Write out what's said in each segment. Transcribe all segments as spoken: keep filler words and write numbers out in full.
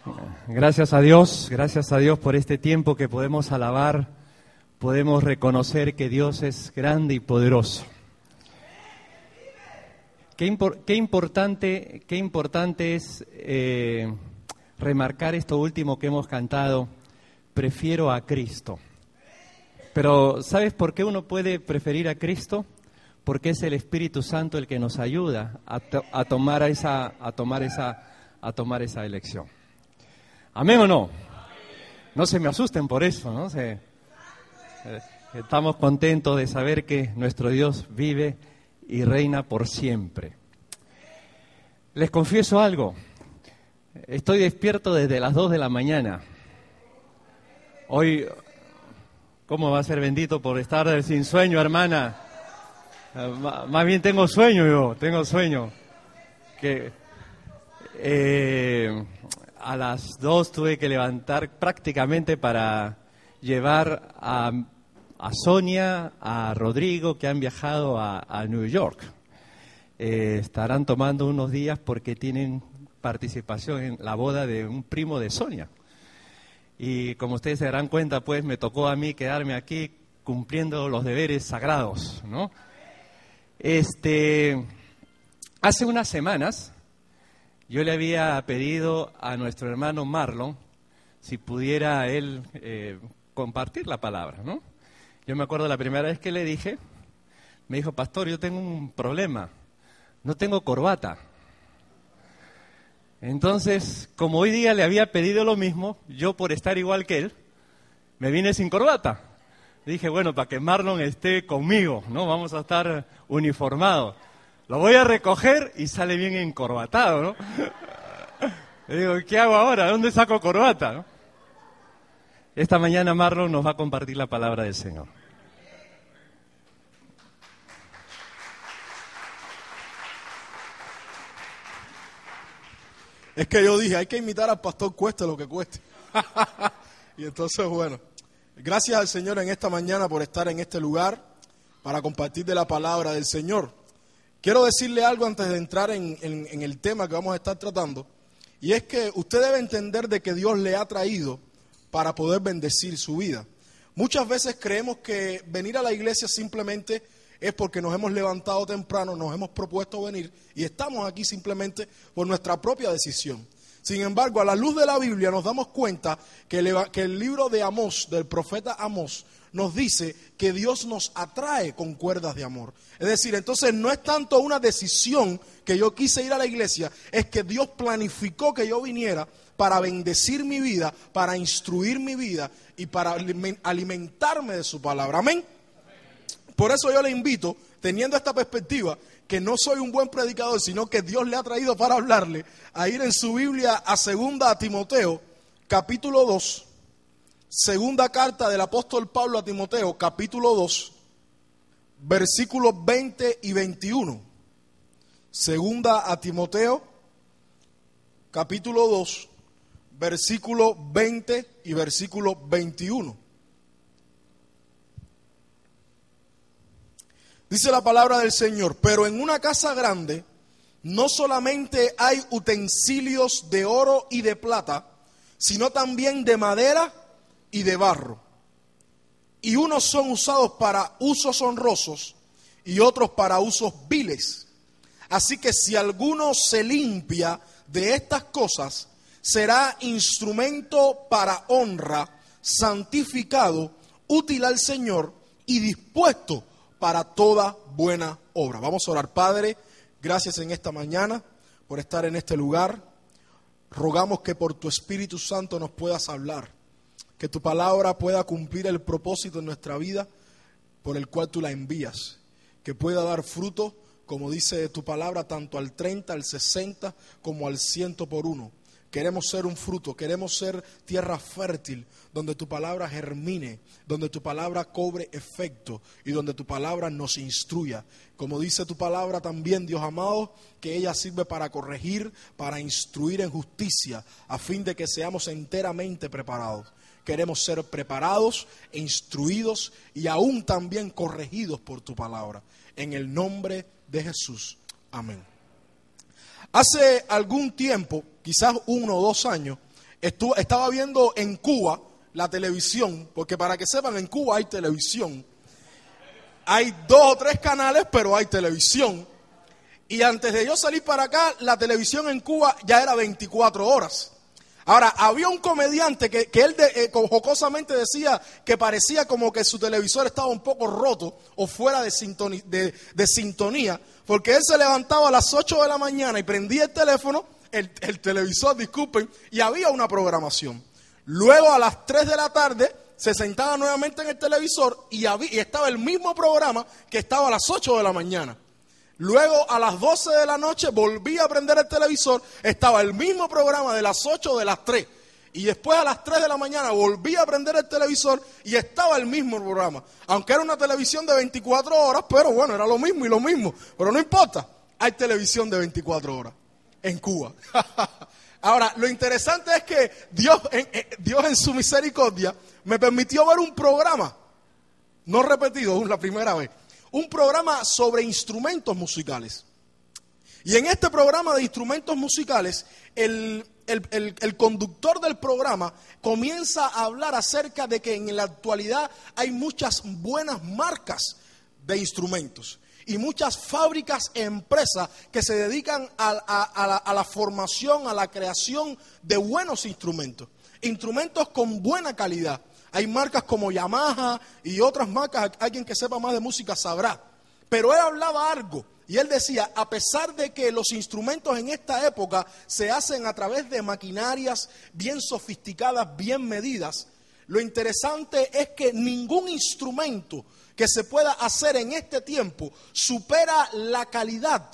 Gracias a Dios, gracias a Dios por este tiempo que podemos alabar, podemos reconocer que Dios es grande y poderoso. Qué, impor- qué importante, qué importante es eh, remarcar esto último que hemos cantado, prefiero a Cristo. Pero ¿sabes por qué uno puede preferir a Cristo? Porque es el Espíritu Santo el que nos ayuda a, to- a tomar esa, a tomar esa, a tomar esa elección. ¿Amén o no? No se me asusten por eso, ¿no? Se, eh, estamos contentos de saber que nuestro Dios vive y reina por siempre. Les confieso algo, estoy despierto desde las dos de la mañana. Hoy, ¿cómo va a ser bendito por estar sin sueño, hermana? Más bien tengo sueño yo, tengo sueño. Que eh, a las dos tuve que levantar prácticamente para llevar a, a Sonia, a Rodrigo, que han viajado a, a New York. Eh, estarán tomando unos días porque tienen participación en la boda de un primo de Sonia. Y como ustedes se darán cuenta, pues me tocó a mí quedarme aquí cumpliendo los deberes sagrados, ¿no? Este, hace unas semanas yo le había pedido a nuestro hermano Marlon si pudiera él eh, compartir la palabra, ¿no? Yo me acuerdo la primera vez que le dije, me dijo, pastor, yo tengo un problema, no tengo corbata. Entonces, como hoy día le había pedido lo mismo, yo por estar igual que él, me vine sin corbata. Dije, bueno, para que Marlon esté conmigo, ¿no? Vamos a estar uniformados. Lo voy a recoger y sale bien encorbatado, ¿no? Le digo, ¿qué hago ahora? ¿Dónde saco corbata, no? Esta mañana Marlon nos va a compartir la palabra del Señor. Es que yo dije, hay que imitar al pastor cueste lo que cueste. Y entonces, bueno, gracias al Señor en esta mañana por estar en este lugar para compartir de la palabra del Señor. Quiero decirle algo antes de entrar en, en, en el tema que vamos a estar tratando, y es que usted debe entender de que Dios le ha traído para poder bendecir su vida. Muchas veces creemos que venir a la iglesia simplemente es porque nos hemos levantado temprano, nos hemos propuesto venir y estamos aquí simplemente por nuestra propia decisión. Sin embargo, a la luz de la Biblia nos damos cuenta que el, que el libro de Amós, del profeta Amós, nos dice que Dios nos atrae con cuerdas de amor. Es decir, entonces no es tanto una decisión que yo quise ir a la iglesia, es que Dios planificó que yo viniera para bendecir mi vida, para instruir mi vida y para alimentarme de su palabra. Amén. Por eso yo le invito, teniendo esta perspectiva, que no soy un buen predicador, sino que Dios le ha traído para hablarle, a ir en su Biblia a segunda a Timoteo, capítulo dos, segunda carta del apóstol Pablo a Timoteo, capítulo dos, versículos veinte y veintiuno. Segunda a Timoteo, capítulo dos, versículo veinte y versículo veintiuno. Dice la palabra del Señor, pero en una casa grande no solamente hay utensilios de oro y de plata, sino también de madera y de barro. Y unos son usados para usos honrosos y otros para usos viles. Así que si alguno se limpia de estas cosas, será instrumento para honra, santificado, útil al Señor y dispuesto para toda buena obra. Vamos a orar. Padre, gracias en esta mañana por estar en este lugar. Rogamos que por tu Espíritu Santo nos puedas hablar, que tu palabra pueda cumplir el propósito en nuestra vida por el cual tú la envías, que pueda dar fruto, como dice tu palabra, tanto al treinta, al sesenta, como al ciento por uno. Queremos ser un fruto, queremos ser tierra fértil, donde tu palabra germine, donde tu palabra cobre efecto y donde tu palabra nos instruya. Como dice tu palabra también, Dios amado, que ella sirve para corregir, para instruir en justicia, a fin de que seamos enteramente preparados. Queremos ser preparados, instruidos y aún también corregidos por tu palabra. En el nombre de Jesús. Amén. Hace algún tiempo, quizás uno o dos años, Estuvo, estaba viendo en Cuba la televisión, porque para que sepan, en Cuba hay televisión. Hay dos o tres canales, pero hay televisión. Y antes de yo salir para acá, la televisión en Cuba ya era veinticuatro horas. Ahora, había un comediante que, que él de, eh, jocosamente decía que parecía como que su televisor estaba un poco roto o fuera de, sintoni, de, de sintonía, porque él se levantaba a las ocho de la mañana y prendía el teléfono, el, el televisor, disculpen, y había una programación. Luego a las tres de la tarde se sentaba nuevamente en el televisor y, había, y estaba el mismo programa que estaba a las ocho de la mañana. Luego a las doce de la noche volvía a prender el televisor, estaba el mismo programa de las ocho de las tres. Y después a las tres de la mañana volvía a prender el televisor y estaba el mismo programa. Aunque era una televisión de veinticuatro horas, pero bueno, era lo mismo y lo mismo. Pero no importa, hay televisión de veinticuatro horas en Cuba. Ahora, lo interesante es que Dios en, Dios en su misericordia me permitió ver un programa, no repetido, la primera vez. Un programa sobre instrumentos musicales. Y en este programa de instrumentos musicales, el, el, el, el conductor del programa comienza a hablar acerca de que en la actualidad hay muchas buenas marcas de instrumentos y muchas fábricas e empresas que se dedican a, a, a, la, a la formación, a la creación de buenos instrumentos. Instrumentos con buena calidad. Hay marcas como Yamaha y otras marcas, alguien que sepa más de música sabrá. Pero él hablaba algo y él decía, a pesar de que los instrumentos en esta época se hacen a través de maquinarias bien sofisticadas, bien medidas, lo interesante es que ningún instrumento que se pueda hacer en este tiempo supera la calidad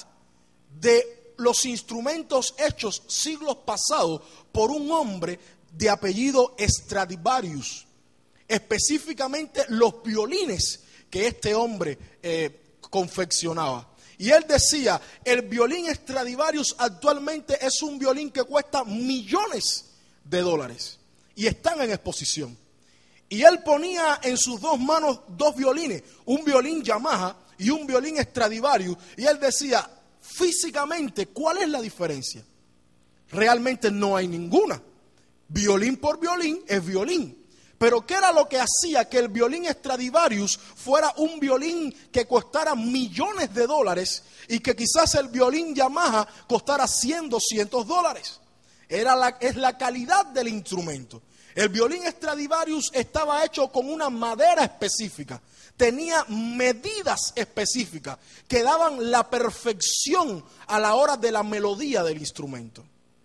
de los instrumentos hechos siglos pasados por un hombre de apellido Stradivarius. Específicamente los violines que este hombre eh, confeccionaba. Y él decía, el violín Stradivarius actualmente es un violín que cuesta millones de dólares. Y están en exposición. Y él ponía en sus dos manos dos violines, un violín Yamaha y un violín Stradivarius. Y él decía, físicamente, ¿cuál es la diferencia? Realmente no hay ninguna. Violín por violín es violín. Pero ¿qué era lo que hacía que el violín Stradivarius fuera un violín que costara millones de dólares y que quizás el violín Yamaha costara cien, doscientos dólares? Era la, es la calidad del instrumento. El violín Stradivarius estaba hecho con una madera específica, tenía medidas específicas que daban la perfección a la hora de la melodía del instrumento.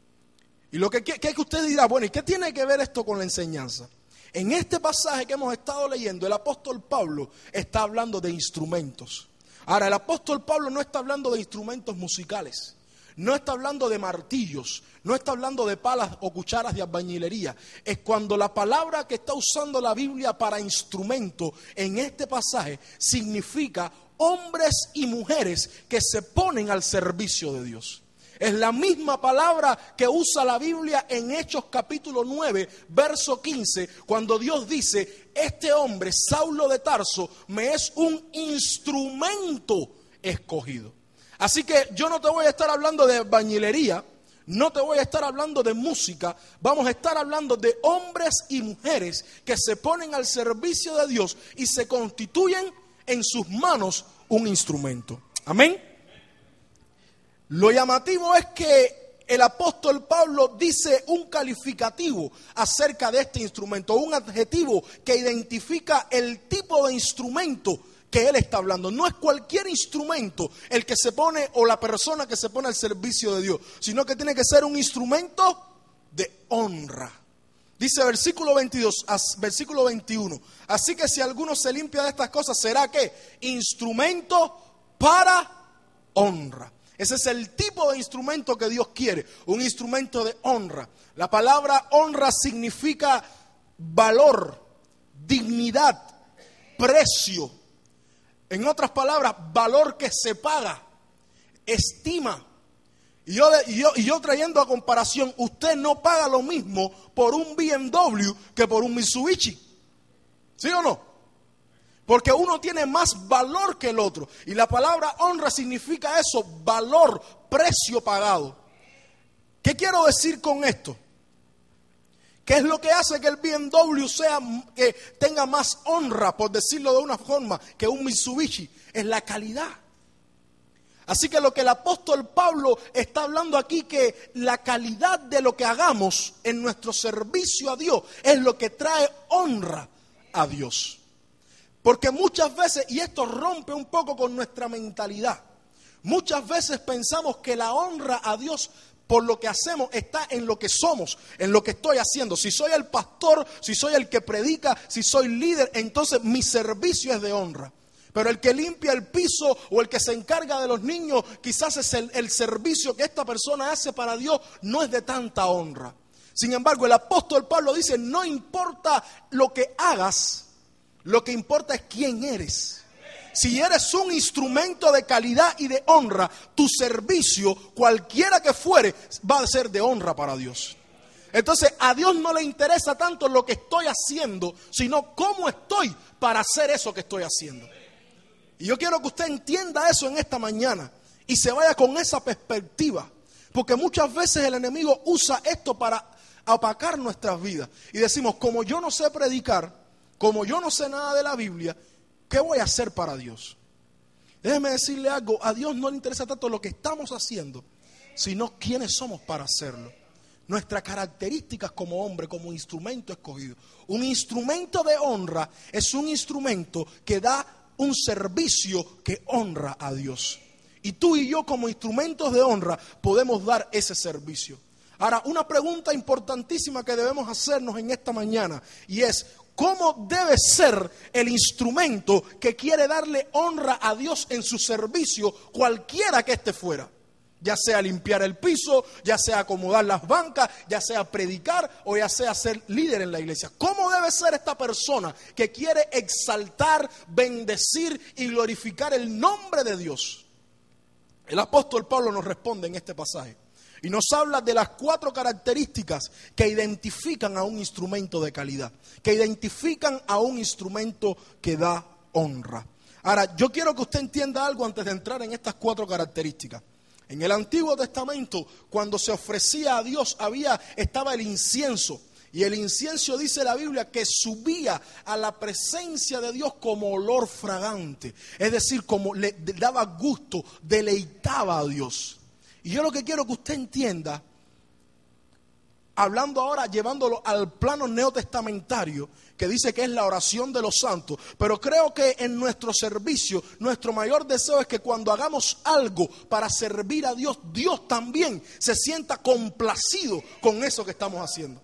Y lo que, que, que usted dirá, bueno, ¿y qué tiene que ver esto con la enseñanza? En este pasaje que hemos estado leyendo, el apóstol Pablo está hablando de instrumentos. Ahora, el apóstol Pablo no está hablando de instrumentos musicales, no está hablando de martillos, no está hablando de palas o cucharas de albañilería. Es cuando la palabra que está usando la Biblia para instrumento en este pasaje significa hombres y mujeres que se ponen al servicio de Dios. Es la misma palabra que usa la Biblia en Hechos capítulo nueve, verso quince, cuando Dios dice, este hombre, Saulo de Tarso, me es un instrumento escogido. Así que yo no te voy a estar hablando de albañilería, no te voy a estar hablando de música, vamos a estar hablando de hombres y mujeres que se ponen al servicio de Dios y se constituyen en sus manos un instrumento. Amén. Lo llamativo es que el apóstol Pablo dice un calificativo acerca de este instrumento, un adjetivo que identifica el tipo de instrumento que él está hablando. No es cualquier instrumento el que se pone o la persona que se pone al servicio de Dios, sino que tiene que ser un instrumento de honra. Dice versículo veintidós, versículo veintiuno, así que si alguno se limpia de estas cosas, ¿será qué? Instrumento para honra. Ese es el tipo de instrumento que Dios quiere, un instrumento de honra. La palabra honra significa valor, dignidad, precio. En otras palabras, valor que se paga, estima. Y yo, y yo, y yo trayendo a comparación, usted no paga lo mismo por un B M W que por un Mitsubishi. ¿Sí o no? Porque uno tiene más valor que el otro. Y la palabra honra significa eso, valor, precio pagado. ¿Qué quiero decir con esto? ¿Qué es lo que hace que el B M W sea, que tenga más honra, por decirlo de una forma, que un Mitsubishi? Es la calidad. Así que lo que el apóstol Pablo está hablando aquí, que la calidad de lo que hagamos en nuestro servicio a Dios es lo que trae honra a Dios. Porque muchas veces, y esto rompe un poco con nuestra mentalidad, muchas veces pensamos que la honra a Dios por lo que hacemos está en lo que somos, en lo que estoy haciendo. Si soy el pastor, si soy el que predica, si soy líder, entonces mi servicio es de honra. Pero el que limpia el piso o el que se encarga de los niños, quizás es el, el servicio que esta persona hace para Dios, no es de tanta honra. Sin embargo, el apóstol Pablo dice, no importa lo que hagas, lo que importa es quién eres. Si eres un instrumento de calidad y de honra, tu servicio, cualquiera que fuere, va a ser de honra para Dios. Entonces, a Dios no le interesa tanto lo que estoy haciendo, sino cómo estoy para hacer eso que estoy haciendo. Y yo quiero que usted entienda eso en esta mañana y se vaya con esa perspectiva. Porque muchas veces el enemigo usa esto para opacar nuestras vidas. Y decimos, como yo no sé predicar, como yo no sé nada de la Biblia, ¿qué voy a hacer para Dios? Déjeme decirle algo, a Dios no le interesa tanto lo que estamos haciendo, sino quiénes somos para hacerlo. Nuestras características como hombre, como instrumento escogido. Un instrumento de honra es un instrumento que da un servicio que honra a Dios. Y tú y yo como instrumentos de honra podemos dar ese servicio. Ahora, una pregunta importantísima que debemos hacernos en esta mañana y es, ¿cómo debe ser el instrumento que quiere darle honra a Dios en su servicio, cualquiera que esté fuera? Ya sea limpiar el piso, ya sea acomodar las bancas, ya sea predicar o ya sea ser líder en la iglesia. ¿Cómo debe ser esta persona que quiere exaltar, bendecir y glorificar el nombre de Dios? El apóstol Pablo nos responde en este pasaje y nos habla de las cuatro características que identifican a un instrumento de calidad, que identifican a un instrumento que da honra. Ahora, yo quiero que usted entienda algo antes de entrar en estas cuatro características. En el Antiguo Testamento, cuando se ofrecía a Dios, había, estaba el incienso. Y el incienso, dice la Biblia, que subía a la presencia de Dios como olor fragante. Es decir, como le daba gusto, deleitaba a Dios. Y yo lo que quiero que usted entienda, hablando ahora, llevándolo al plano neotestamentario, que dice que es la oración de los santos. Pero creo que en nuestro servicio, nuestro mayor deseo es que cuando hagamos algo para servir a Dios, Dios también se sienta complacido con eso que estamos haciendo.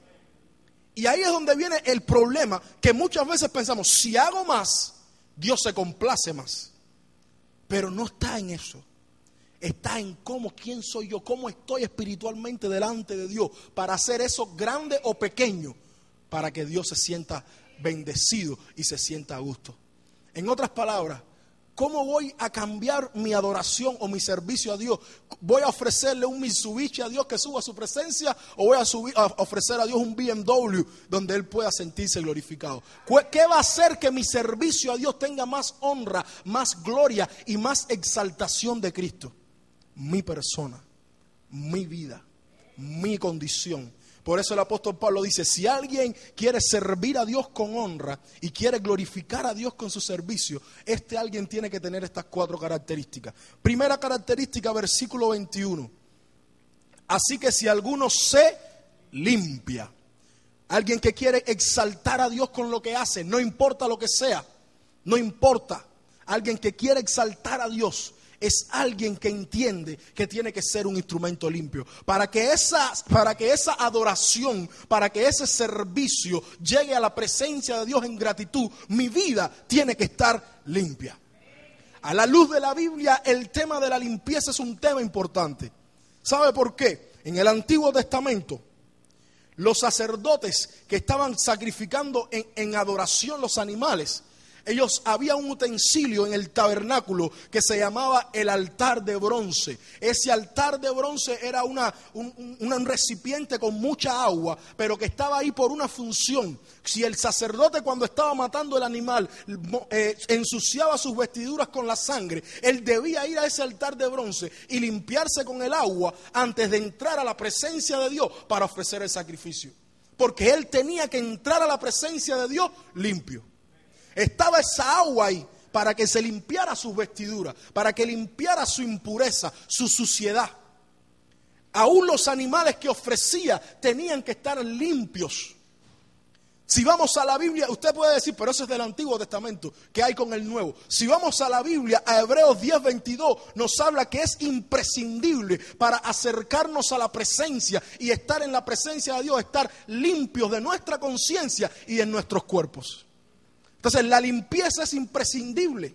Y ahí es donde viene el problema, que muchas veces pensamos, si hago más, Dios se complace más. Pero no está en eso. Está en cómo, quién soy yo, cómo estoy espiritualmente delante de Dios para hacer eso grande o pequeño, para que Dios se sienta bendecido y se sienta a gusto. En otras palabras, ¿cómo voy a cambiar mi adoración o mi servicio a Dios? ¿Voy a ofrecerle un Mitsubishi a Dios que suba a su presencia o voy a, subir, a ofrecer a Dios un B M W donde Él pueda sentirse glorificado? ¿Qué va a hacer que mi servicio a Dios tenga más honra, más gloria y más exaltación de Cristo? Mi persona, mi vida, mi condición. Por eso el apóstol Pablo dice, si alguien quiere servir a Dios con honra y quiere glorificar a Dios con su servicio, este alguien tiene que tener estas cuatro características. Primera característica, versículo veintiuno. Así que si alguno se limpia, alguien que quiere exaltar a Dios con lo que hace, no importa lo que sea, no importa, alguien que quiere exaltar a Dios, es alguien que entiende que tiene que ser un instrumento limpio. Para que esa, para que esa adoración, para que ese servicio llegue a la presencia de Dios en gratitud, mi vida tiene que estar limpia. A la luz de la Biblia, el tema de la limpieza es un tema importante. ¿Sabe por qué? En el Antiguo Testamento, los sacerdotes que estaban sacrificando en, en adoración los animales, ellos, había un utensilio en el tabernáculo que se llamaba el altar de bronce. Ese altar de bronce era una, un, un, un recipiente con mucha agua, pero que estaba ahí por una función. Si el sacerdote, cuando estaba matando el animal, eh, ensuciaba sus vestiduras con la sangre, él debía ir a ese altar de bronce y limpiarse con el agua antes de entrar a la presencia de Dios para ofrecer el sacrificio. porque él tenía que entrar a la presencia de Dios limpio. Estaba esa agua ahí para que se limpiara sus vestiduras, para que limpiara su impureza, su suciedad. Aún los animales que ofrecía tenían que estar limpios. Si vamos a la Biblia, usted puede decir, pero eso es del Antiguo Testamento, ¿qué hay con el Nuevo? Si vamos a la Biblia, a Hebreos diez veintidós, nos habla que es imprescindible para acercarnos a la presencia y estar en la presencia de Dios, estar limpios de nuestra conciencia y en nuestros cuerpos. Entonces, la limpieza es imprescindible.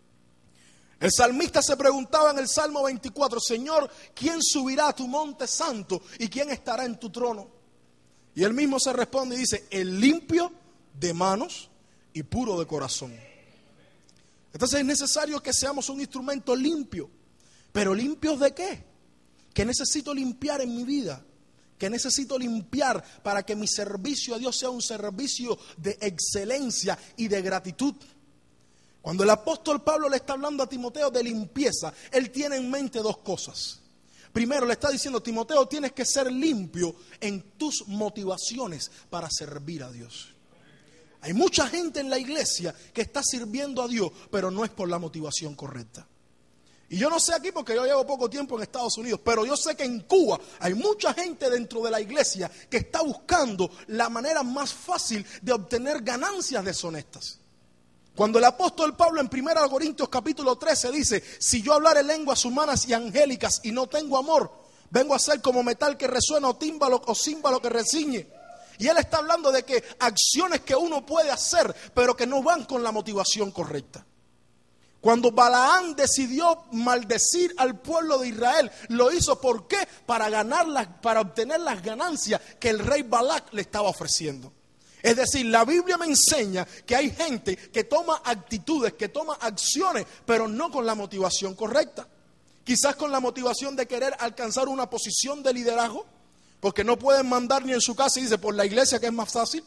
El salmista se preguntaba en el Salmo veinticuatro, Señor, ¿quién subirá a tu monte santo y quién estará en tu trono? Y él mismo se responde y dice, el limpio de manos y puro de corazón. Entonces es necesario que seamos un instrumento limpio. ¿Pero limpios de qué? ¿Qué necesito limpiar en mi vida? ¿Qué necesito limpiar para que mi servicio a Dios sea un servicio de excelencia y de gratitud? Cuando el apóstol Pablo le está hablando a Timoteo de limpieza, él tiene en mente dos cosas. Primero le está diciendo, Timoteo, tienes que ser limpio en tus motivaciones para servir a Dios. Hay mucha gente en la iglesia que está sirviendo a Dios, pero no es por la motivación correcta. Y yo no sé aquí porque yo llevo poco tiempo en Estados Unidos, pero yo sé que en Cuba hay mucha gente dentro de la iglesia que está buscando la manera más fácil de obtener ganancias deshonestas. Cuando el apóstol Pablo en primera Corintios capítulo trece dice, si yo hablare lenguas humanas y angélicas y no tengo amor, vengo a ser como metal que resuena o tímbalo o címbalo que reciñe. Y él está hablando de que acciones que uno puede hacer, pero que no van con la motivación correcta. Cuando Balaán decidió maldecir al pueblo de Israel, lo hizo ¿por qué? Para ganar las, para obtener las ganancias que el rey Balac le estaba ofreciendo. Es decir, la Biblia me enseña que hay gente que toma actitudes, que toma acciones, pero no con la motivación correcta. Quizás con la motivación de querer alcanzar una posición de liderazgo, porque no pueden mandar ni en su casa y dice, por la iglesia que es más fácil.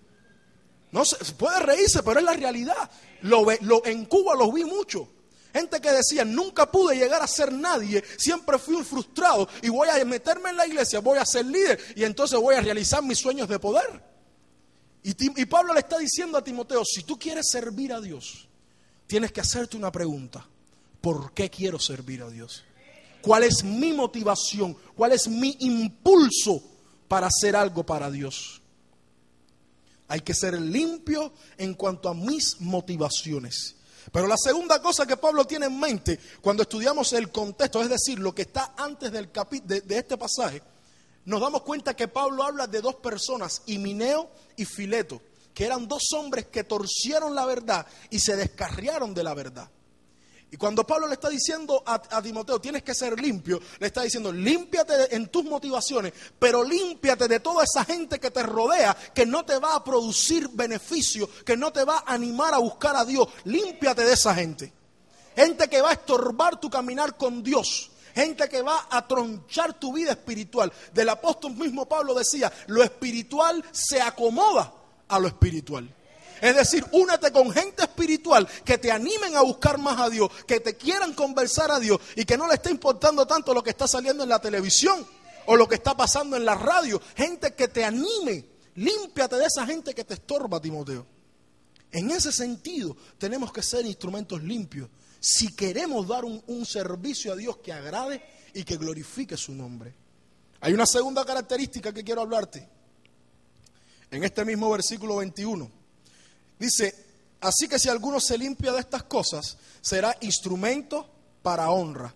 No se puede reírse, pero es la realidad. Lo, lo, en Cuba lo vi mucho. Gente que decía, nunca pude llegar a ser nadie, siempre fui un frustrado y voy a meterme en la iglesia, voy a ser líder y entonces voy a realizar mis sueños de poder. Y, y Pablo le está diciendo a Timoteo, si tú quieres servir a Dios, tienes que hacerte una pregunta. ¿Por qué quiero servir a Dios? ¿Cuál es mi motivación? ¿Cuál es mi impulso para hacer algo para Dios? Hay que ser limpio en cuanto a mis motivaciones. Pero la segunda cosa que Pablo tiene en mente cuando estudiamos el contexto, es decir, lo que está antes del capi- de, de este pasaje, nos damos cuenta que Pablo habla de dos personas, Himeneo y Fileto, que eran dos hombres que torcieron la verdad y se descarriaron de la verdad. Y cuando Pablo le está diciendo a, a Timoteo, tienes que ser limpio, le está diciendo, límpiate en tus motivaciones, pero límpiate de toda esa gente que te rodea, que no te va a producir beneficio, que no te va a animar a buscar a Dios. Límpiate de esa gente. Gente que va a estorbar tu caminar con Dios. Gente que va a tronchar tu vida espiritual. Del apóstol mismo Pablo decía, lo espiritual se acomoda a lo espiritual. Es decir, únete con gente espiritual que te animen a buscar más a Dios, que te quieran conversar a Dios y que no le esté importando tanto lo que está saliendo en la televisión o lo que está pasando en la radio. Gente que te anime. Límpiate de esa gente que te estorba, Timoteo. En ese sentido, tenemos que ser instrumentos limpios si queremos dar un, un servicio a Dios que agrade y que glorifique su nombre. Hay una segunda característica que quiero hablarte. En este mismo versículo veintiuno. Dice, así que si alguno se limpia de estas cosas, será instrumento para honra.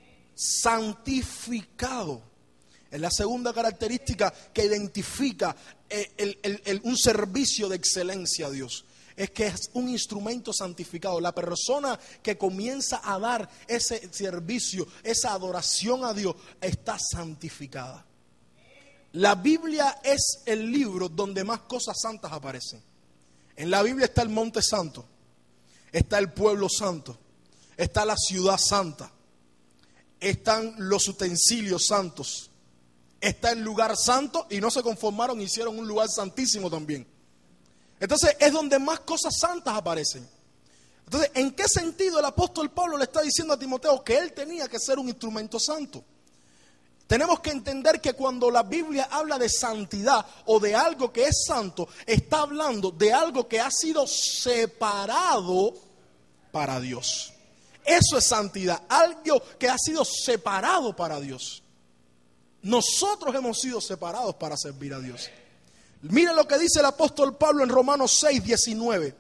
Santificado. Es la segunda característica que identifica el, el, el, el, un servicio de excelencia a Dios. Es que es un instrumento santificado. La persona que comienza a dar ese servicio, esa adoración a Dios, está santificada. La Biblia es el libro donde más cosas santas aparecen. En la Biblia está el monte santo, está el pueblo santo, está la ciudad santa, están los utensilios santos, está el lugar santo y no se conformaron, hicieron un lugar santísimo también. Entonces es donde más cosas santas aparecen. Entonces, ¿en qué sentido el apóstol Pablo le está diciendo a Timoteo que él tenía que ser un instrumento santo? Tenemos que entender que cuando la Biblia habla de santidad o de algo que es santo, está hablando de algo que ha sido separado para Dios. Eso es santidad, algo que ha sido separado para Dios. Nosotros hemos sido separados para servir a Dios. Mire lo que dice el apóstol Pablo en Romanos seis, diecinueve.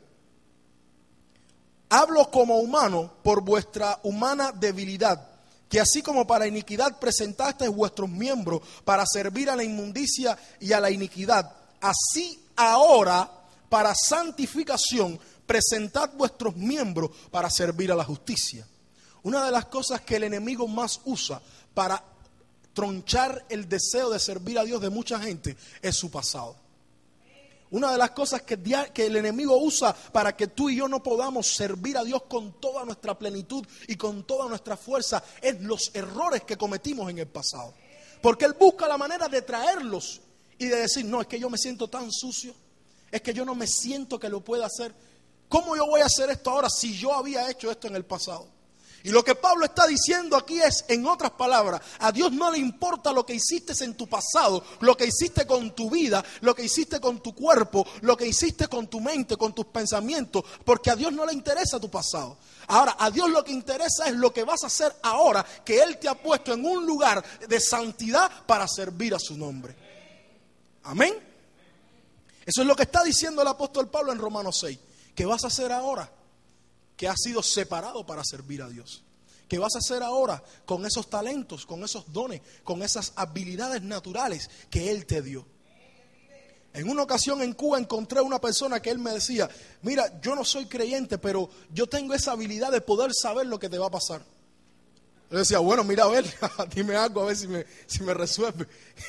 Hablo como humano por vuestra humana debilidad, que así como para iniquidad presentasteis vuestros miembros para servir a la inmundicia y a la iniquidad, así ahora para santificación presentad vuestros miembros para servir a la justicia. Una de las cosas que el enemigo más usa para tronchar el deseo de servir a Dios de mucha gente es su pasado. Una de las cosas que, que el enemigo usa para que tú y yo no podamos servir a Dios con toda nuestra plenitud y con toda nuestra fuerza es los errores que cometimos en el pasado. Porque él busca la manera de traerlos y de decir, no, es que yo me siento tan sucio, es que yo no me siento que lo pueda hacer. ¿Cómo yo voy a hacer esto ahora si yo había hecho esto en el pasado? Y lo que Pablo está diciendo aquí es, en otras palabras, a Dios no le importa lo que hiciste en tu pasado, lo que hiciste con tu vida, lo que hiciste con tu cuerpo, lo que hiciste con tu mente, con tus pensamientos, porque a Dios no le interesa tu pasado. Ahora, a Dios lo que interesa es lo que vas a hacer ahora, que Él te ha puesto en un lugar de santidad para servir a su nombre. Amén. Eso es lo que está diciendo el apóstol Pablo en Romanos seis. ¿Qué vas a hacer ahora? Que has sido separado para servir a Dios. ¿Qué vas a hacer ahora con esos talentos, con esos dones, con esas habilidades naturales que Él te dio? En una ocasión en Cuba encontré una persona que él me decía, mira, yo no soy creyente, pero yo tengo esa habilidad de poder saber lo que te va a pasar. Yo decía, bueno, mira, a ver, dime algo, a ver si me, si me resuelve.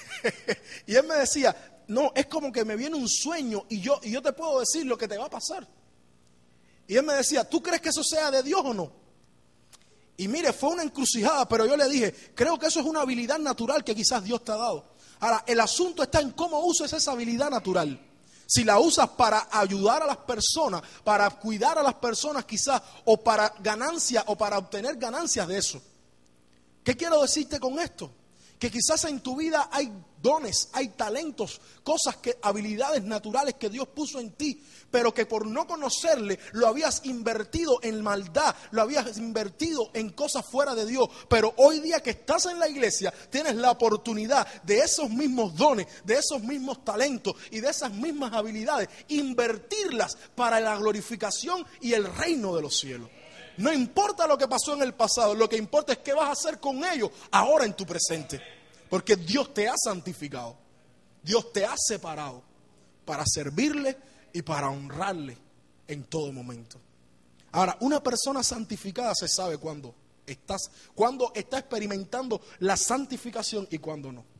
Y él me decía, no, es como que me viene un sueño y yo, y yo te puedo decir lo que te va a pasar. Y él me decía, ¿tú crees que eso sea de Dios o no? Y mire, fue una encrucijada, pero yo le dije, creo que eso es una habilidad natural que quizás Dios te ha dado. Ahora, el asunto está en cómo usas esa habilidad natural. Si la usas para ayudar a las personas, para cuidar a las personas quizás, o para ganancia, o para obtener ganancias de eso. ¿Qué quiero decirte con esto? Que quizás en tu vida hay dones, hay talentos, cosas, que, habilidades naturales que Dios puso en ti, pero que por no conocerle lo habías invertido en maldad, lo habías invertido en cosas fuera de Dios. Pero hoy día que estás en la iglesia, tienes la oportunidad de esos mismos dones, de esos mismos talentos y de esas mismas habilidades, invertirlas para la glorificación y el reino de los cielos. No importa lo que pasó en el pasado, lo que importa es qué vas a hacer con ellos ahora en tu presente. Porque Dios te ha santificado, Dios te ha separado para servirle y para honrarle en todo momento. Ahora, una persona santificada se sabe cuándo estás, cuándo está experimentando la santificación y cuándo no.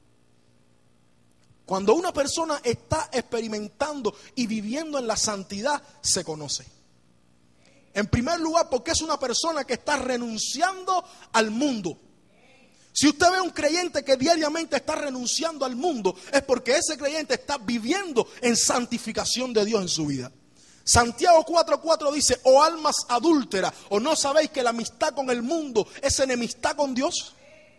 Cuando una persona está experimentando y viviendo en la santidad, se conoce. En primer lugar, porque es una persona que está renunciando al mundo. Si usted ve a un creyente que diariamente está renunciando al mundo, es porque ese creyente está viviendo en santificación de Dios en su vida. Santiago cuatro cuatro dice, oh almas adúlteras, ¿o no sabéis que la amistad con el mundo es enemistad con Dios?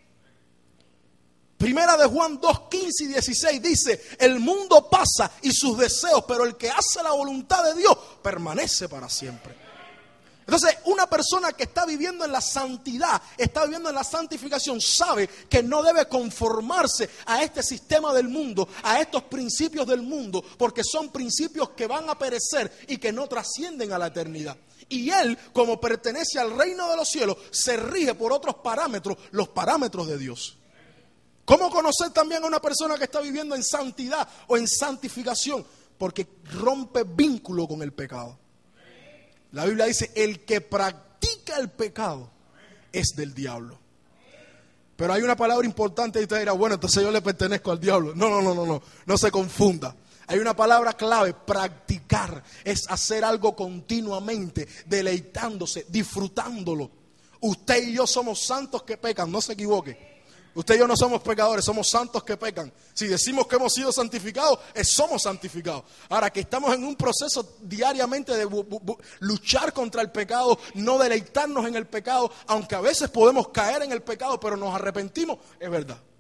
Primera de Juan dos quince y dieciséis dice, el mundo pasa y sus deseos, pero el que hace la voluntad de Dios permanece para siempre. Entonces, una persona que está viviendo en la santidad, está viviendo en la santificación, sabe que no debe conformarse a este sistema del mundo, a estos principios del mundo, porque son principios que van a perecer y que no trascienden a la eternidad. Y él, como pertenece al reino de los cielos, se rige por otros parámetros, los parámetros de Dios. ¿Cómo conocer también a una persona que está viviendo en santidad o en santificación? Porque rompe vínculo con el pecado. La Biblia dice, el que practica el pecado es del diablo. Pero hay una palabra importante y usted dirá, bueno, entonces yo le pertenezco al diablo. No, no, no, no, no, no se confunda. Hay una palabra clave, practicar, es hacer algo continuamente, deleitándose, disfrutándolo. Usted y yo somos santos que pecan, no se equivoque. Usted y yo no somos pecadores, somos santos que pecan. Si decimos que hemos sido santificados, es, somos santificados. Ahora que estamos en un proceso diariamente de bu- bu- luchar contra el pecado, no deleitarnos en el pecado, aunque a veces podemos caer en el pecado, pero nos arrepentimos, es verdad.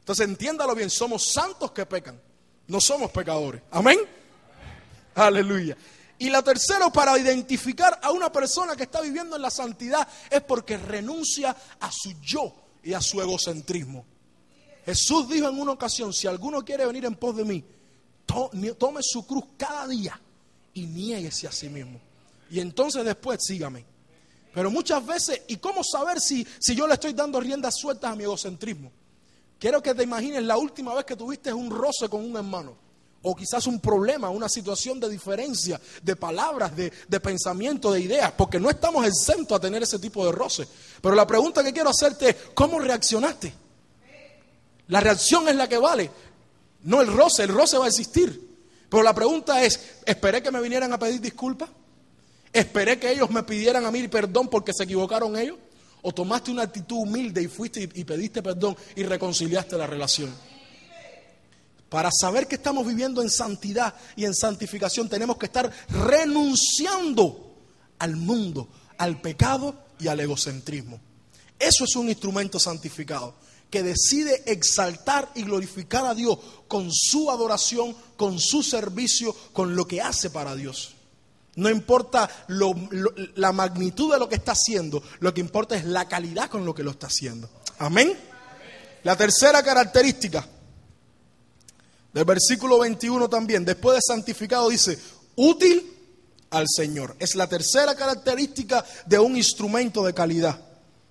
Entonces entiéndalo bien, somos santos que pecan, no somos pecadores. Amén. Aleluya. Y la tercera, para identificar a una persona que está viviendo en la santidad, es porque renuncia a su yo y a su egocentrismo. Jesús dijo en una ocasión, si alguno quiere venir en pos de mí, to- tome su cruz cada día y niéguese a sí mismo. Y entonces después sígame. Pero muchas veces, ¿y cómo saber si, si yo le estoy dando riendas sueltas a mi egocentrismo? Quiero que te imagines la última vez que tuviste un roce con un hermano. O quizás un problema, una situación de diferencia, de palabras, de, de pensamiento, de ideas. Porque no estamos exentos a tener ese tipo de roce. Pero la pregunta que quiero hacerte es, ¿cómo reaccionaste? La reacción es la que vale. No el roce, el roce va a existir. Pero la pregunta es, ¿esperé que me vinieran a pedir disculpas? ¿Esperé que ellos me pidieran a mí perdón porque se equivocaron ellos? ¿O tomaste una actitud humilde y fuiste y, y pediste perdón y reconciliaste la relación? Para saber que estamos viviendo en santidad y en santificación, tenemos que estar renunciando al mundo, al pecado y al egocentrismo. Eso es un instrumento santificado, que decide exaltar y glorificar a Dios con su adoración, con su servicio, con lo que hace para Dios. No importa lo, lo, la magnitud de lo que está haciendo, lo que importa es la calidad con lo que lo está haciendo. Amén. La tercera característica del versículo veintiuno también, después de santificado, dice, útil al Señor. Es la tercera característica de un instrumento de calidad.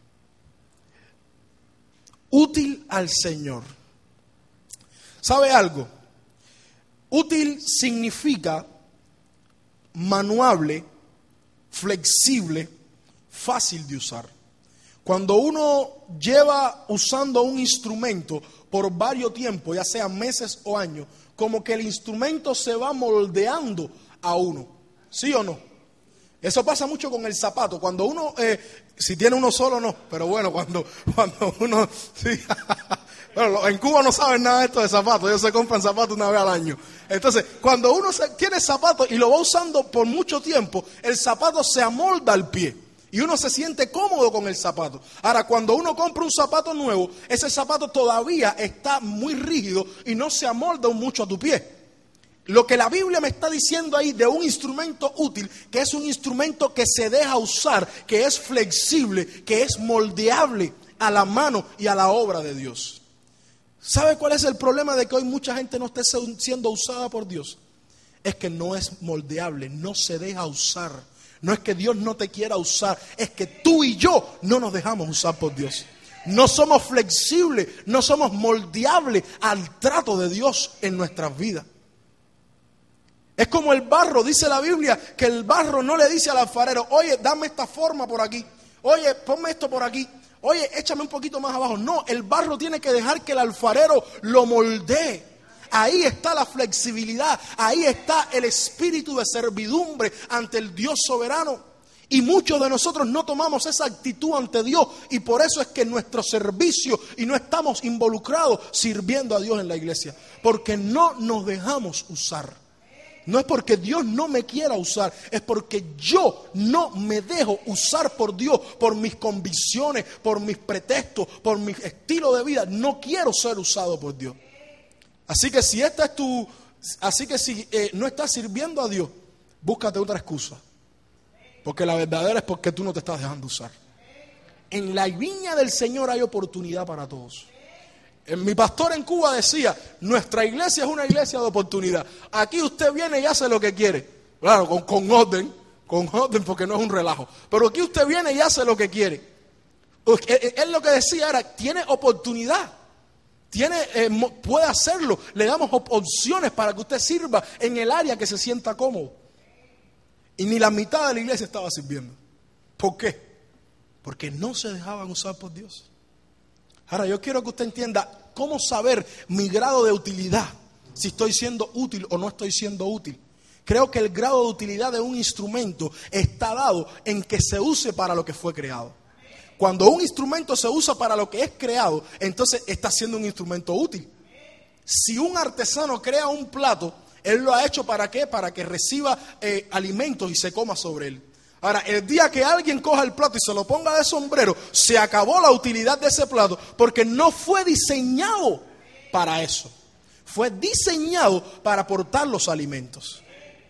Útil al Señor. ¿Sabe algo? Útil significa manuable, flexible, fácil de usar. Cuando uno lleva usando un instrumento por varios tiempos, ya sean meses o años, como que el instrumento se va moldeando a uno. ¿Sí o no? Eso pasa mucho con el zapato. Cuando uno, eh, si tiene uno solo no, pero bueno, cuando, cuando uno... Sí, bueno, en Cuba no saben nada de esto de zapatos, ellos se compran zapatos una vez al año. Entonces, cuando uno se, tiene zapatos y lo va usando por mucho tiempo, el zapato se amolda al pie. Y uno se siente cómodo con el zapato. Ahora, cuando uno compra un zapato nuevo, ese zapato todavía está muy rígido y no se amolda mucho a tu pie. Lo que la Biblia me está diciendo ahí de un instrumento útil, que es un instrumento que se deja usar, que es flexible, que es moldeable a la mano y a la obra de Dios. ¿Sabe cuál es el problema de que hoy mucha gente no esté siendo usada por Dios? Es que no es moldeable, no se deja usar. No es que Dios no te quiera usar, es que tú y yo no nos dejamos usar por Dios. No somos flexibles, no somos moldeables al trato de Dios en nuestras vidas. Es como el barro, dice la Biblia, que el barro no le dice al alfarero, oye, dame esta forma por aquí, oye, ponme esto por aquí, oye, échame un poquito más abajo. No, el barro tiene que dejar que el alfarero lo moldee. Ahí está la flexibilidad, ahí está el espíritu de servidumbre ante el Dios soberano. Y muchos de nosotros no tomamos esa actitud ante Dios y por eso es que en nuestro servicio y no estamos involucrados sirviendo a Dios en la iglesia. Porque no nos dejamos usar. No es porque Dios no me quiera usar, es porque yo no me dejo usar por Dios, por mis convicciones, por mis pretextos, por mi estilo de vida. No quiero ser usado por Dios. Así que si esta es tu, así que si eh, no estás sirviendo a Dios, búscate otra excusa. Porque la verdadera es porque tú no te estás dejando usar. En la viña del Señor hay oportunidad para todos. Mi pastor en Cuba decía, nuestra iglesia es una iglesia de oportunidad. Aquí usted viene y hace lo que quiere. Claro, con, con orden, con orden porque no es un relajo. Pero aquí usted viene y hace lo que quiere. Él lo que decía era, tiene oportunidad. Tiene, eh, puede hacerlo. Le damos op- opciones para que usted sirva en el área que se sienta cómodo. Y ni la mitad de la iglesia estaba sirviendo. ¿Por qué? Porque no se dejaban usar por Dios. Ahora yo quiero que usted entienda cómo saber mi grado de utilidad, si estoy siendo útil o no estoy siendo útil. Creo que el grado de utilidad de un instrumento está dado en que se use para lo que fue creado. Cuando un instrumento se usa para lo que es creado, entonces está siendo un instrumento útil. Si un artesano crea un plato, él lo ha hecho ¿para qué? Para que reciba eh, alimentos y se coma sobre él. Ahora, el día que alguien coja el plato y se lo ponga de sombrero, se acabó la utilidad de ese plato porque no fue diseñado para eso. Fue diseñado para aportar los alimentos.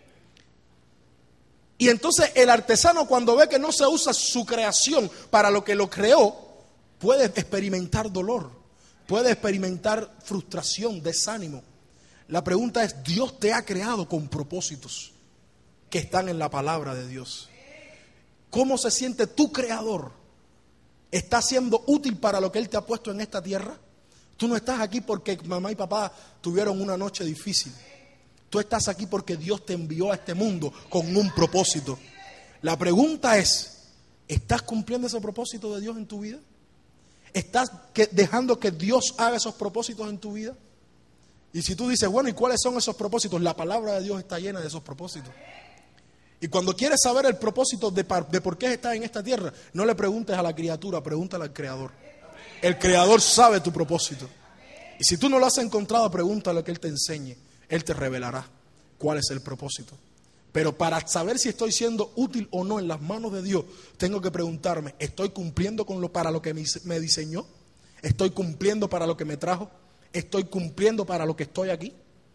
Y entonces el artesano, cuando ve que no se usa su creación para lo que lo creó, puede experimentar dolor, puede experimentar frustración, desánimo. La pregunta es, ¿Dios te ha creado con propósitos que están en la palabra de Dios? ¿Cómo se siente tu creador? ¿Estás siendo útil para lo que Él te ha puesto en esta tierra? Tú no estás aquí porque mamá y papá tuvieron una noche difícil. Tú estás aquí porque Dios te envió a este mundo con un propósito. La pregunta es, ¿estás cumpliendo ese propósito de Dios en tu vida? ¿Estás que, dejando que Dios haga esos propósitos en tu vida? Y si tú dices, bueno, ¿y cuáles son esos propósitos? La palabra de Dios está llena de esos propósitos. Y cuando quieres saber el propósito de, de por qué estás en esta tierra, no le preguntes a la criatura, pregúntale al Creador. El Creador sabe tu propósito. Y si tú no lo has encontrado, pregúntale que Él te enseñe. Él te revelará cuál es el propósito. Pero para saber si estoy siendo útil o no en las manos de Dios, tengo que preguntarme, ¿estoy cumpliendo con lo, para lo que me diseñó? ¿Estoy cumpliendo para lo que me trajo? ¿Estoy cumpliendo para lo que estoy aquí?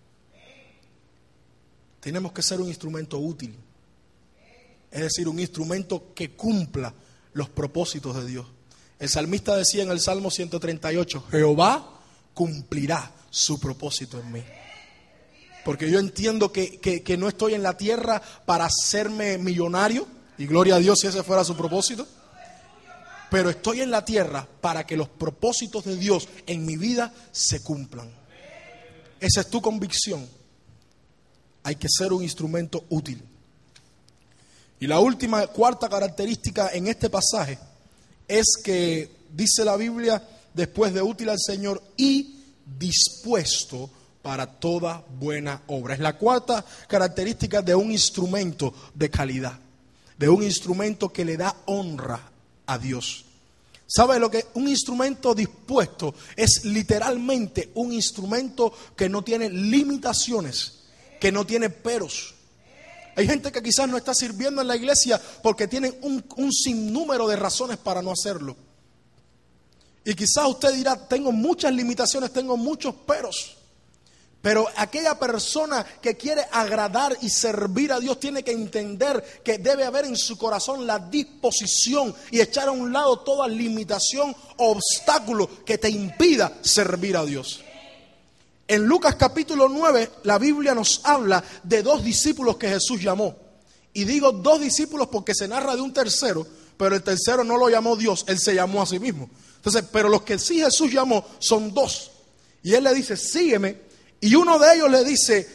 Tenemos que ser un instrumento útil. Es decir, un instrumento que cumpla los propósitos de Dios. El salmista decía en el Salmo ciento treinta y ocho, Jehová cumplirá su propósito en mí. Porque yo entiendo que, que, que no estoy en la tierra para hacerme millonario, y gloria a Dios si ese fuera su propósito, pero estoy en la tierra para que los propósitos de Dios en mi vida se cumplan. Esa es tu convicción. Hay que ser un instrumento útil. Y la última, cuarta característica en este pasaje es que dice la Biblia, después de útil al Señor y dispuesto para toda buena obra. Es la cuarta característica de un instrumento de calidad, de un instrumento que le da honra a Dios. ¿Sabe lo que un instrumento dispuesto es? Literalmente un instrumento que no tiene limitaciones, que no tiene peros. Hay gente que quizás no está sirviendo en la iglesia porque tienen un, un sinnúmero de razones para no hacerlo. Y quizás usted dirá, tengo muchas limitaciones, tengo muchos peros. Pero aquella persona que quiere agradar y servir a Dios tiene que entender que debe haber en su corazón la disposición y echar a un lado toda limitación o obstáculo que te impida servir a Dios. En Lucas capítulo nueve, la Biblia nos habla de dos discípulos que Jesús llamó. Y digo dos discípulos porque se narra de un tercero, pero el tercero no lo llamó Dios, él se llamó a sí mismo. Entonces, pero los que sí Jesús llamó son dos. Y él le dice, sígueme. Y uno de ellos le dice,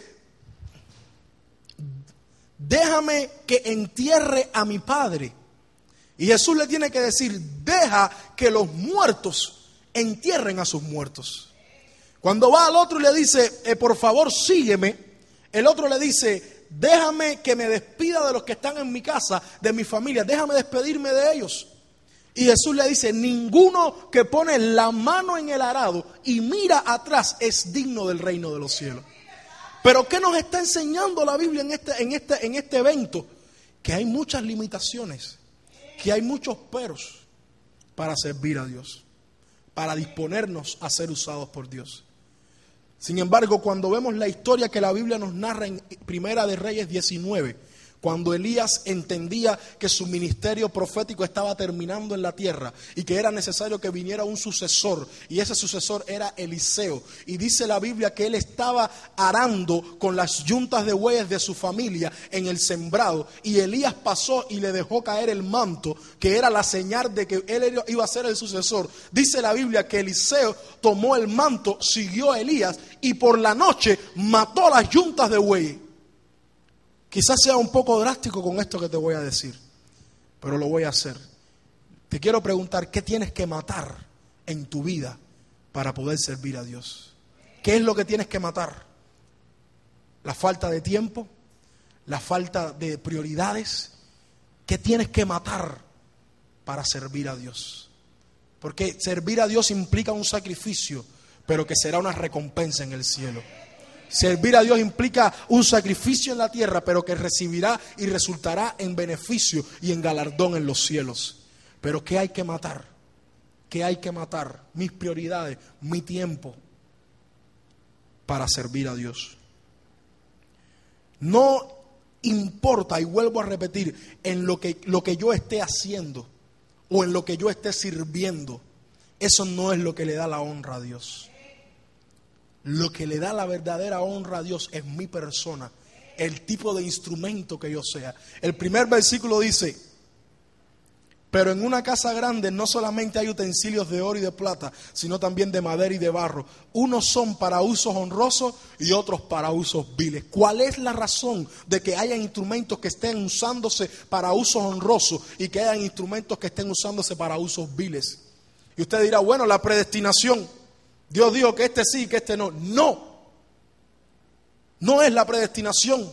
déjame que entierre a mi padre. Y Jesús le tiene que decir, deja que los muertos entierren a sus muertos. Cuando va al otro y le dice, eh, por favor sígueme, el otro le dice, déjame que me despida de los que están en mi casa, de mi familia, déjame despedirme de ellos. Y Jesús le dice, ninguno que pone la mano en el arado y mira atrás es digno del reino de los cielos. Pero ¿qué nos está enseñando la Biblia en este, en este, en este evento? Que hay muchas limitaciones, que hay muchos peros para servir a Dios, para disponernos a ser usados por Dios. Sin embargo, cuando vemos la historia que la Biblia nos narra en Primera de Reyes diecinueve, cuando Elías entendía que su ministerio profético estaba terminando en la tierra y que era necesario que viniera un sucesor, y ese sucesor era Eliseo, y dice la Biblia que él estaba arando con las yuntas de bueyes de su familia en el sembrado, y Elías pasó y le dejó caer el manto, que era la señal de que él iba a ser el sucesor. Dice la Biblia que Eliseo tomó el manto, siguió a Elías y por la noche mató las yuntas de bueyes. Quizás sea un poco drástico con esto que te voy a decir, pero lo voy a hacer. Te quiero preguntar, ¿qué tienes que matar en tu vida para poder servir a Dios? ¿Qué es lo que tienes que matar? ¿La falta de tiempo? ¿La falta de prioridades? ¿Qué tienes que matar para servir a Dios? Porque servir a Dios implica un sacrificio, pero que será una recompensa en el cielo. Servir a Dios implica un sacrificio en la tierra, pero que recibirá y resultará en beneficio y en galardón en los cielos. Pero ¿qué hay que matar? ¿Qué hay que matar? Mis prioridades, mi tiempo. para servir a Dios. No importa, y vuelvo a repetir, en lo que, lo que yo esté haciendo o en lo que yo esté sirviendo, eso no es lo que le da la honra a Dios. Lo que le da la verdadera honra a Dios es mi persona, el tipo de instrumento que yo sea. El primer versículo dice: pero en una casa grande no solamente hay utensilios de oro y de plata, sino también de madera y de barro. Unos son para usos honrosos y otros para usos viles. ¿Cuál es la razón de que haya instrumentos que estén usándose para usos honrosos y que hayan instrumentos que estén usándose para usos viles? Y usted dirá, bueno, la predestinación. Dios dijo que este sí y que este no. No. No es la predestinación.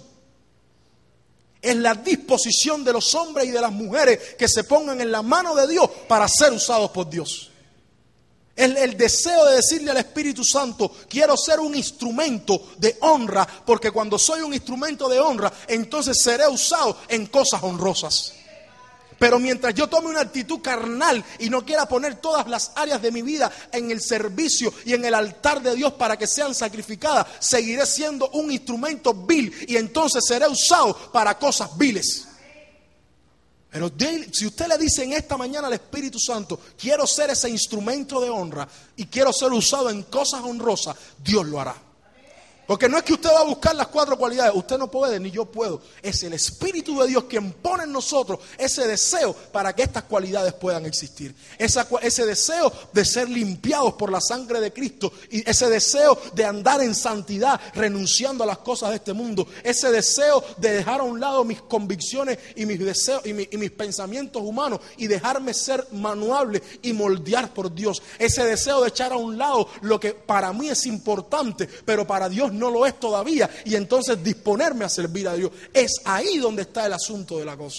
Es la disposición de los hombres y de las mujeres que se pongan en la mano de Dios para ser usados por Dios. Es el deseo de decirle al Espíritu Santo: quiero ser un instrumento de honra, porque cuando soy un instrumento de honra, entonces seré usado en cosas honrosas. Pero mientras yo tome una actitud carnal y no quiera poner todas las áreas de mi vida en el servicio y en el altar de Dios para que sean sacrificadas, seguiré siendo un instrumento vil y entonces seré usado para cosas viles. Pero de, si usted le dice en esta mañana al Espíritu Santo: quiero ser ese instrumento de honra y quiero ser usado en cosas honrosas, Dios lo hará. Porque no es que usted va a buscar las cuatro cualidades, usted no puede, ni yo puedo. Es el Espíritu de Dios quien pone en nosotros ese deseo para que estas cualidades puedan existir. Esa, ese deseo de ser limpiados por la sangre de Cristo, y ese deseo de andar en santidad, renunciando a las cosas de este mundo. Ese deseo de dejar a un lado mis convicciones y mis deseos y, mi, y mis pensamientos humanos y dejarme ser manuable y moldear por Dios. Ese deseo de echar a un lado lo que para mí es importante, pero para Dios no lo es todavía, y entonces disponerme a servir a Dios. Es ahí donde está el asunto de la cosa.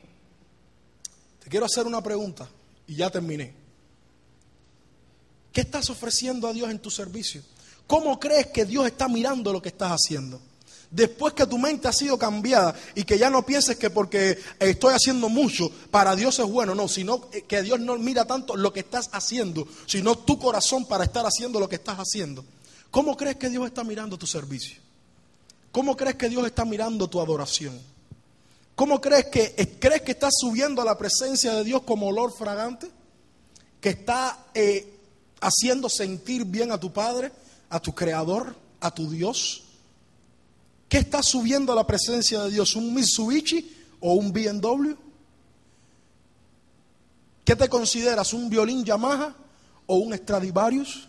Te quiero hacer una pregunta y ya terminé. ¿Qué estás ofreciendo a Dios en tu servicio? ¿Cómo crees que Dios está mirando lo que estás haciendo? Después que tu mente ha sido cambiada y que ya no pienses que porque estoy haciendo mucho para Dios es bueno, no, sino que Dios no mira tanto lo que estás haciendo, sino tu corazón para estar haciendo lo que estás haciendo. ¿Cómo crees que Dios está mirando tu servicio? ¿Cómo crees que Dios está mirando tu adoración? ¿Cómo crees que, crees que estás subiendo a la presencia de Dios como olor fragante? ¿Que está eh, haciendo sentir bien a tu Padre, a tu Creador, a tu Dios? ¿Qué estás subiendo a la presencia de Dios? ¿Un Mitsubishi o un B M W? ¿Qué te consideras? ¿Un violín Yamaha o un Stradivarius?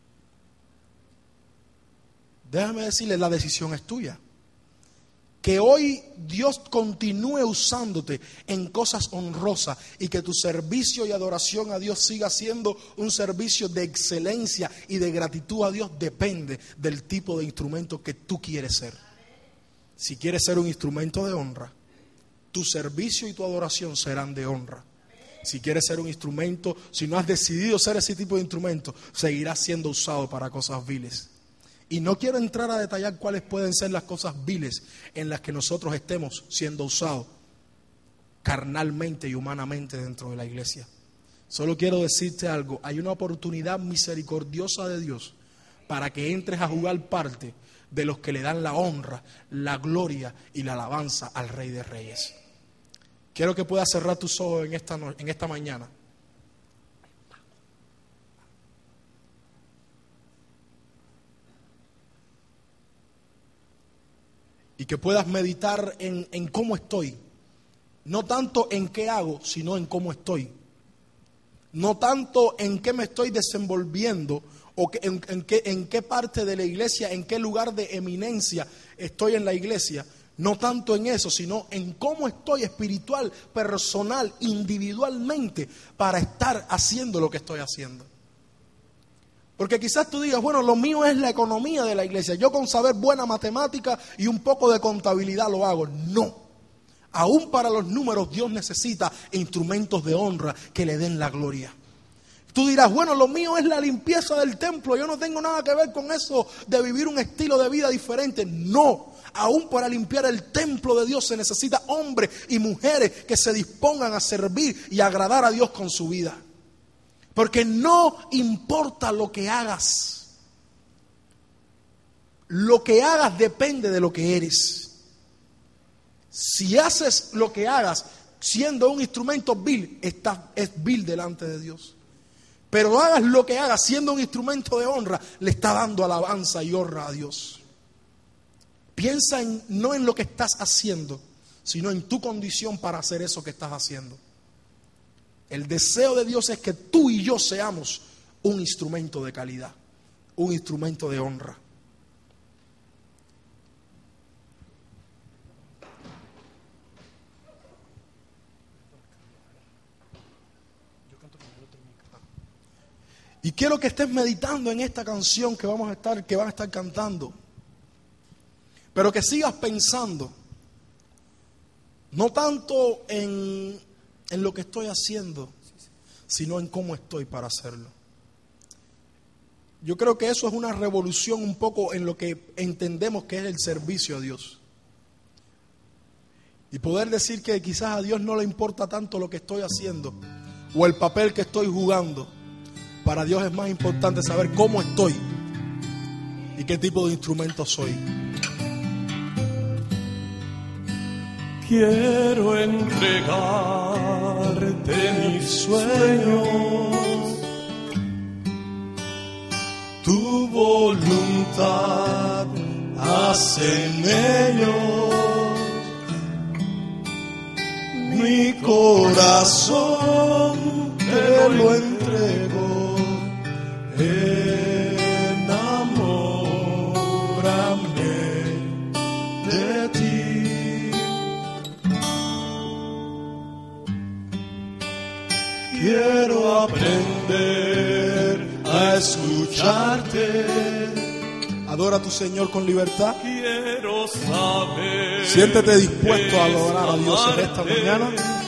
Déjame decirle, la decisión es tuya. Que hoy Dios continúe usándote en cosas honrosas y que tu servicio y adoración a Dios siga siendo un servicio de excelencia y de gratitud a Dios, depende del tipo de instrumento que tú quieres ser. Si quieres ser un instrumento de honra, tu servicio y tu adoración serán de honra. Si quieres ser un instrumento, si no has decidido ser ese tipo de instrumento, seguirás siendo usado para cosas viles. Y no quiero entrar a detallar cuáles pueden ser las cosas viles en las que nosotros estemos siendo usados carnalmente y humanamente dentro de la iglesia. Solo quiero decirte algo: hay una oportunidad misericordiosa de Dios para que entres a jugar parte de los que le dan la honra, la gloria y la alabanza al Rey de Reyes. Quiero que puedas cerrar tus ojos en esta, no- en esta mañana. Y que puedas meditar en, en cómo estoy. No tanto en qué hago, sino en cómo estoy. No tanto en qué me estoy desenvolviendo o que, en, en, qué, en qué parte de la iglesia, en qué lugar de eminencia estoy en la iglesia. No tanto en eso, sino en cómo estoy espiritual, personal, individualmente para estar haciendo lo que estoy haciendo. Porque quizás tú digas, bueno, lo mío es la economía de la iglesia. Yo con saber buena matemática y un poco de contabilidad lo hago. No. Aún para los números Dios necesita instrumentos de honra que le den la gloria. Tú dirás, bueno, lo mío es la limpieza del templo. Yo no tengo nada que ver con eso de vivir un estilo de vida diferente. No. Aún para limpiar el templo de Dios se necesita hombres y mujeres que se dispongan a servir y agradar a Dios con su vida. Porque no importa lo que hagas, lo que hagas depende de lo que eres. Si haces lo que hagas siendo un instrumento vil, estás, es vil delante de Dios. Pero hagas lo que hagas siendo un instrumento de honra, le está dando alabanza y honra a Dios. Piensa en, no en lo que estás haciendo, sino en tu condición para hacer eso que estás haciendo. El deseo de Dios es que tú y yo seamos un instrumento de calidad, un instrumento de honra. Y quiero que estés meditando en esta canción que vamos a estar, que van a estar cantando. Pero que sigas pensando, no tanto en, en lo que estoy haciendo, sino en cómo estoy para hacerlo. Yo creo que eso es una revolución un poco en lo que entendemos que es el servicio a Dios. Y poder decir que quizás a Dios no le importa tanto lo que estoy haciendo o el papel que estoy jugando. Para Dios es más importante saber cómo estoy y qué tipo de instrumento soy. Quiero entregarte mis sueños, tu voluntad hace en ellos, mi corazón te lo entrego. Enamórame de ti. Quiero aprender a escucharte. Adora a tu Señor con libertad. Quiero saber. Siéntete dispuesto a adorar a Dios en esta mañana.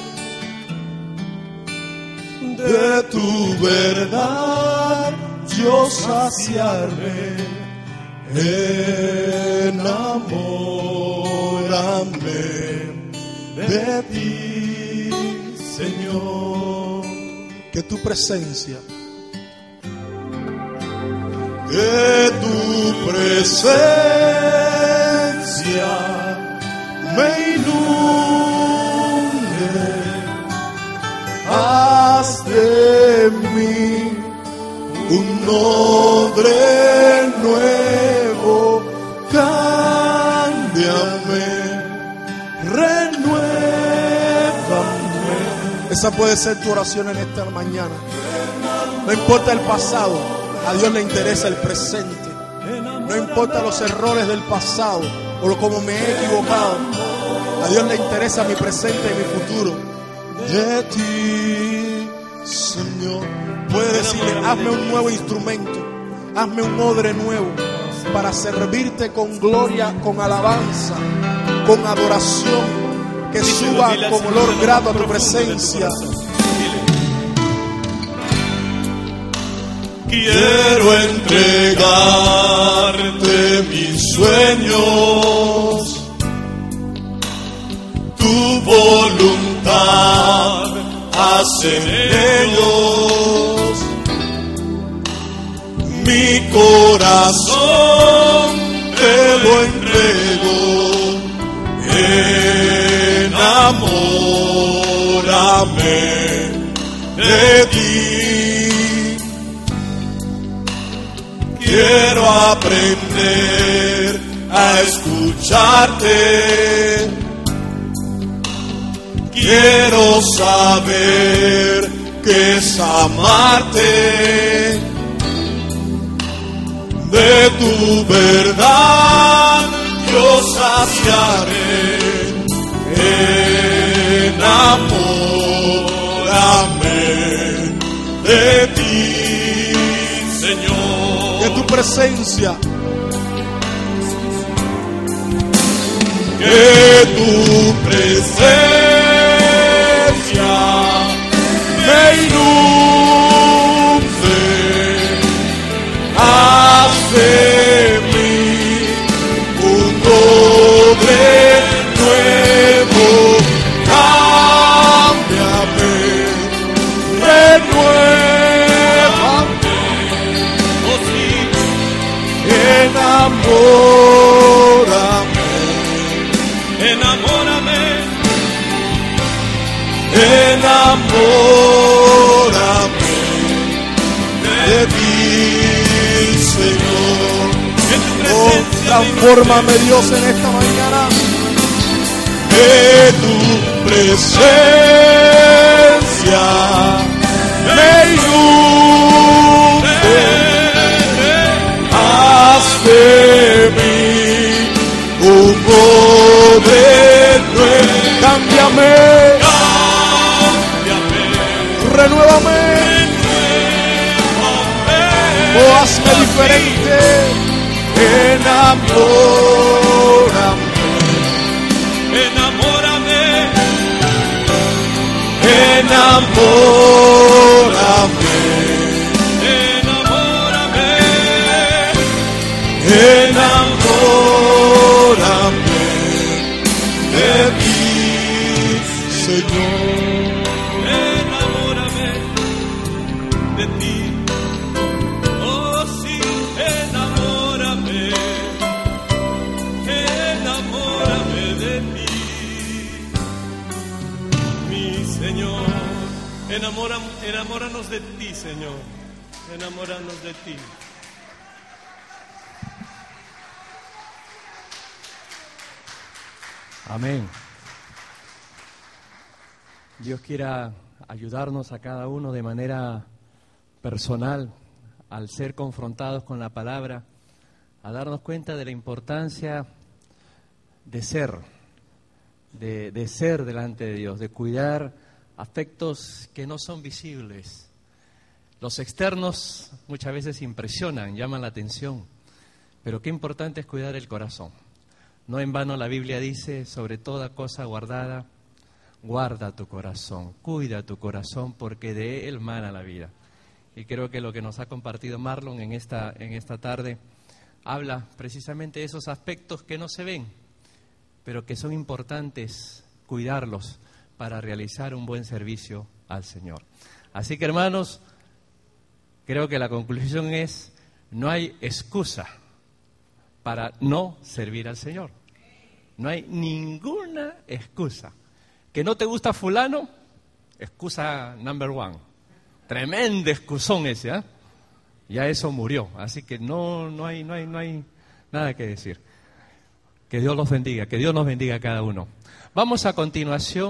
De tu verdad yo saciarme, enamórame de ti, Señor. Que tu presencia, que tu presencia me inunde, haz de mí un odre nuevo, cámbiame, renuévame. esa puede ser tu oración en esta mañana. No importa el pasado, a Dios le interesa el presente. No importa los errores del pasado o lo como me he equivocado, a Dios le interesa mi presente y mi futuro. De ti, Señor. Puede decirle, hazme un nuevo instrumento, hazme un odre nuevo para servirte con gloria, con alabanza, con adoración, que suba con olor grato a tu presencia. Quiero entregarte mis sueños, tu voluntad hace en ellos, mi corazón te lo entrego, enamórame de ti. Quiero aprender a escucharte, quiero saber qué es amarte, de tu verdad yo saciaré, enamórame de ti, Señor. Que tu presencia, que tu presencia me inunde, haz de mí un odre nuevo, cámbiame, renuévame, oh sí, enamórame enamórame, enamórame de ti, Señor. En tu Oh, presencia, transfórmame, Dios, en esta mañana. de tu presencia me inunde, haz de mí un odre nuevo. Cámbiame, Cámbiame, renuévame, renuévame, oh, hazme diferente. enamórame, enamórame, enamórame, enamórame, enamórame de ti, Señor. Enamórame de ti, oh sí, enamórame, enamórame de ti, mi Señor. Enamora, enamóranos de ti, Señor, enamóranos de ti. Amén. Dios quiera ayudarnos a cada uno de manera personal al ser confrontados con la palabra, a darnos cuenta de la importancia de ser, de, de ser delante de Dios, de cuidar aspectos que no son visibles. Los externos muchas veces impresionan, llaman la atención, pero qué importante es cuidar el corazón. No en vano la Biblia dice, sobre toda cosa guardada, guarda tu corazón, cuida tu corazón, porque de él mana la vida. Y creo que lo que nos ha compartido Marlon en esta, en esta tarde habla precisamente de esos aspectos que no se ven, pero que son importantes cuidarlos para realizar un buen servicio al Señor. Así que, hermanos, creo que la conclusión es, no hay excusa para no servir al Señor. No hay ninguna excusa. ¿Que no te gusta fulano? Excusa number one. Tremendo excusón ese, ¿eh? Ya eso murió. Así que no, no hay, no hay, no hay nada que decir. Que Dios los bendiga, que Dios nos bendiga a cada uno. Vamos a continuación.